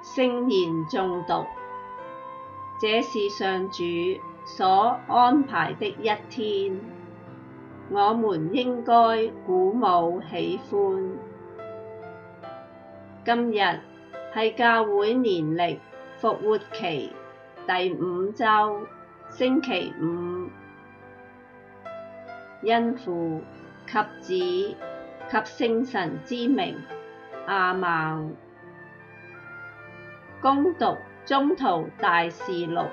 聖言誦讀。這是上主所安排的一天，我們應該鼓舞喜歡。今日係教會年曆復活期第5週星期五，因父及子及聖神之名，阿們。恭讀宗徒大事錄。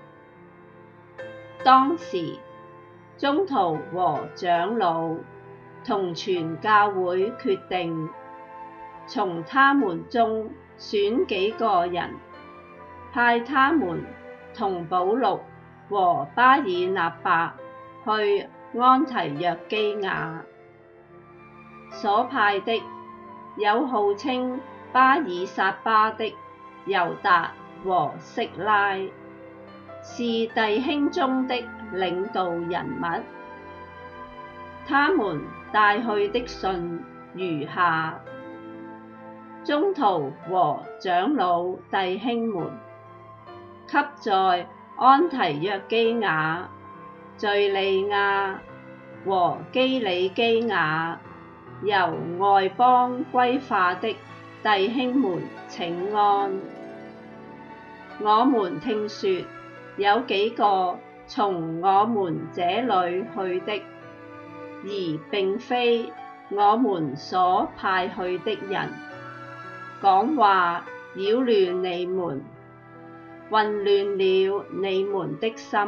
當時，宗徒和長老同全教會決定，從他們中選幾個人，派他們同保祿和巴爾納伯去安提約基雅。所派的有號稱巴爾撒巴的猶達和息拉，是弟兄中的領導人物。他們帶去的信如下：宗徒和長老弟兄們，給在安提約基雅、敘利亞和基里基雅由外邦歸化的弟兄們請安。我們聽說有幾個從我們這裡去的，而並非我們所派去的人，講話擾亂你們，混亂了你們的心。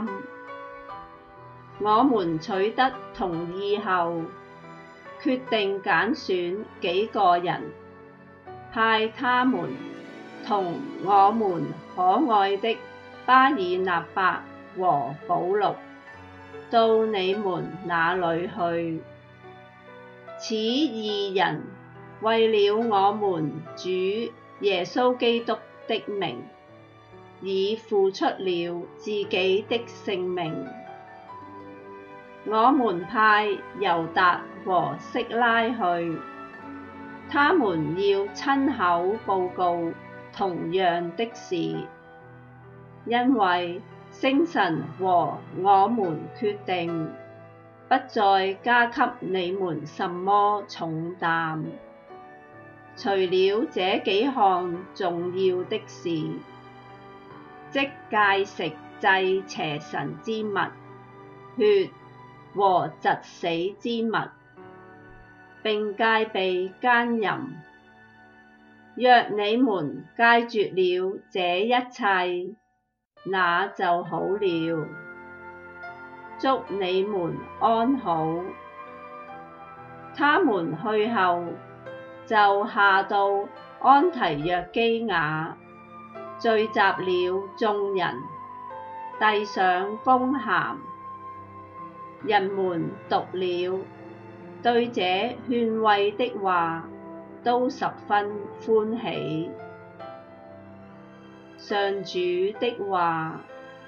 我們取得同意後，決定揀選幾個人，派他們同我們可愛的巴爾納伯和保祿到你們那裡去。此二人為了我們主耶穌基督的名，已付出了自己的性命。我們派猶達和息拉去，他們要親口報告同樣的事，因為聖神和我們決定，不再加給你們什麼重擔，除了這幾項重要的事，即戒食祭邪神之物、血和疾死之物，並戒備姦淫。若你們戒絕了這一切，那就好了。祝你們安好。他們去後，就下到安提約基雅，聚集了眾人，遞上公函。人們讀了，對這勸慰的話都十分歡喜。上主的話。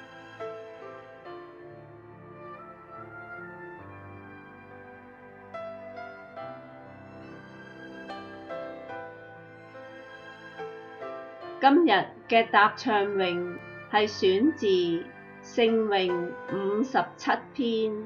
今日嘅答唱詠係選自聖詠57篇。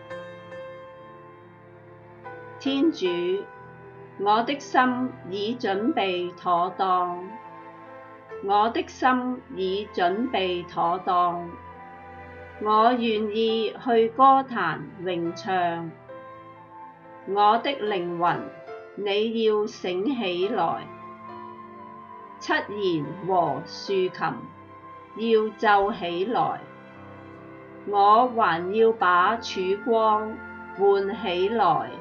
天主，我的心已準備妥當，我的心已準備妥當，我願意去歌壇詠唱。我的靈魂，你要醒起來，七弦和豎琴要奏起來，我還要把曙光喚起來。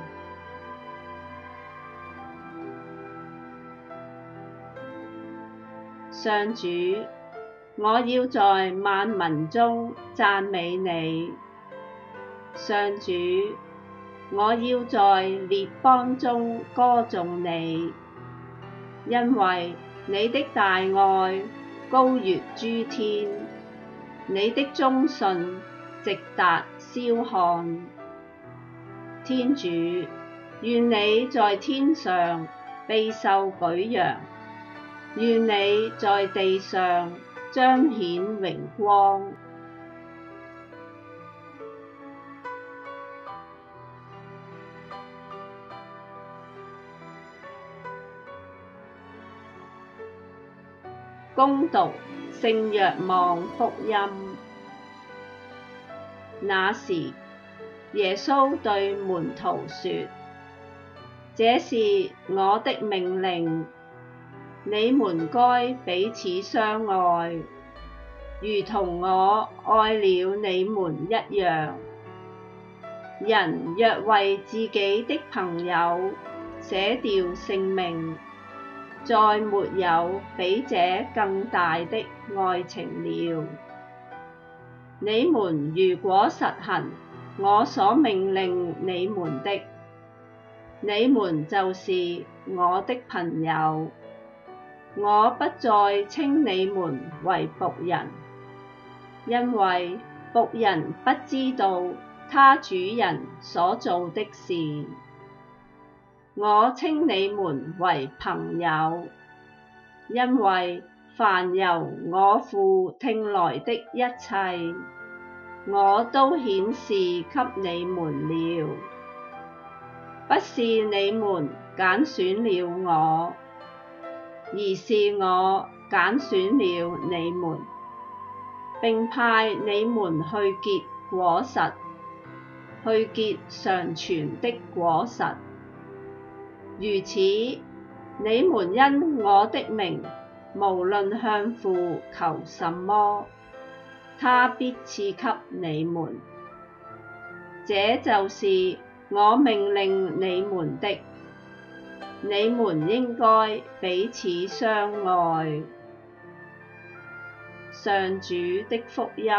上主，我要在萬民中讚美你。上主，我要在列邦中歌頌你，因為你的大愛高越諸天，你的忠信直達霄漢。天主，願你在天上備受舉揚， 願你在地上彰顯榮光。恭讀聖若望福音。那時，耶穌對門徒說：這是我的命令，你們該彼此相愛，如同我愛了你們一樣。人若為自己的朋友捨掉性命，再沒有比這更大的愛情了。你們如果實行我所命令你們的，你們就是我的朋友。我不再稱你們為僕人，因為僕人不知道他主人所做的事。我稱你們為朋友，因為凡由我父聽來的一切，我都顯示給你們了。不是你們揀選了我，而是我揀選了你們，並派你們去結果實，去結常存的果實。如此，你們因我的名無論向父求什麼，他必賜給你們。這就是我命令你們的，你們應該彼此相愛。上主的福音。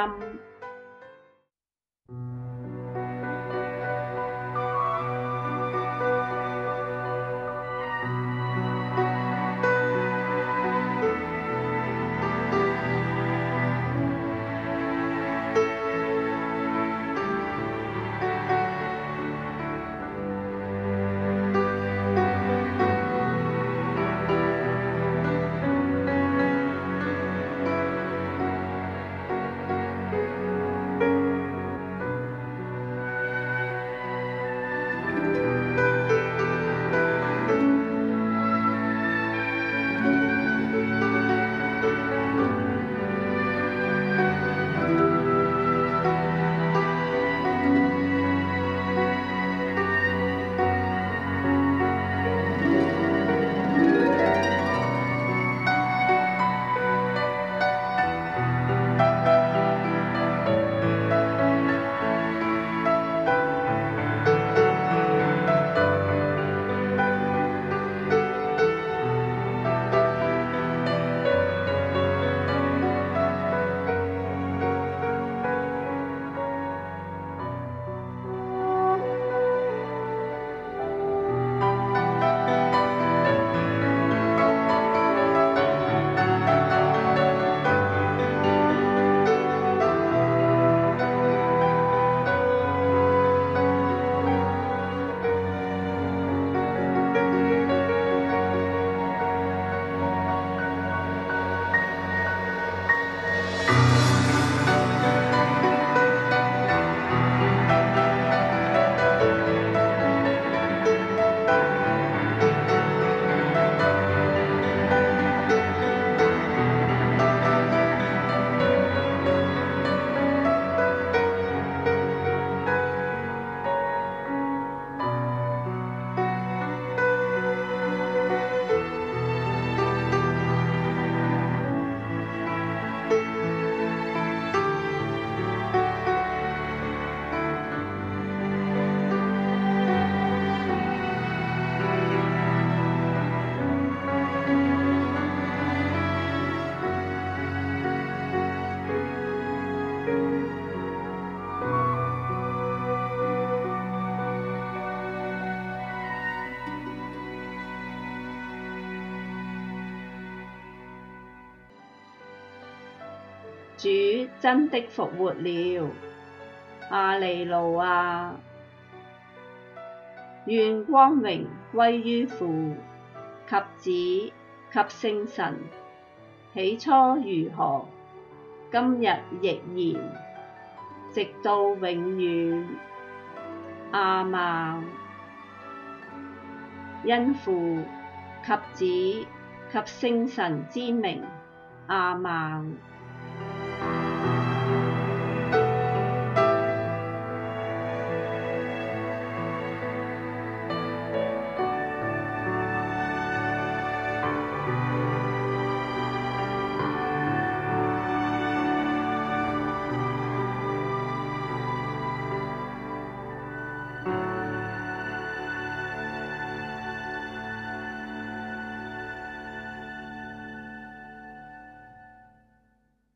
主真的復活了，亞利路亞！願光榮歸於父及子及聖神，起初如何，今日亦然，直到永遠。阿們。因父及子及聖神之名。阿們。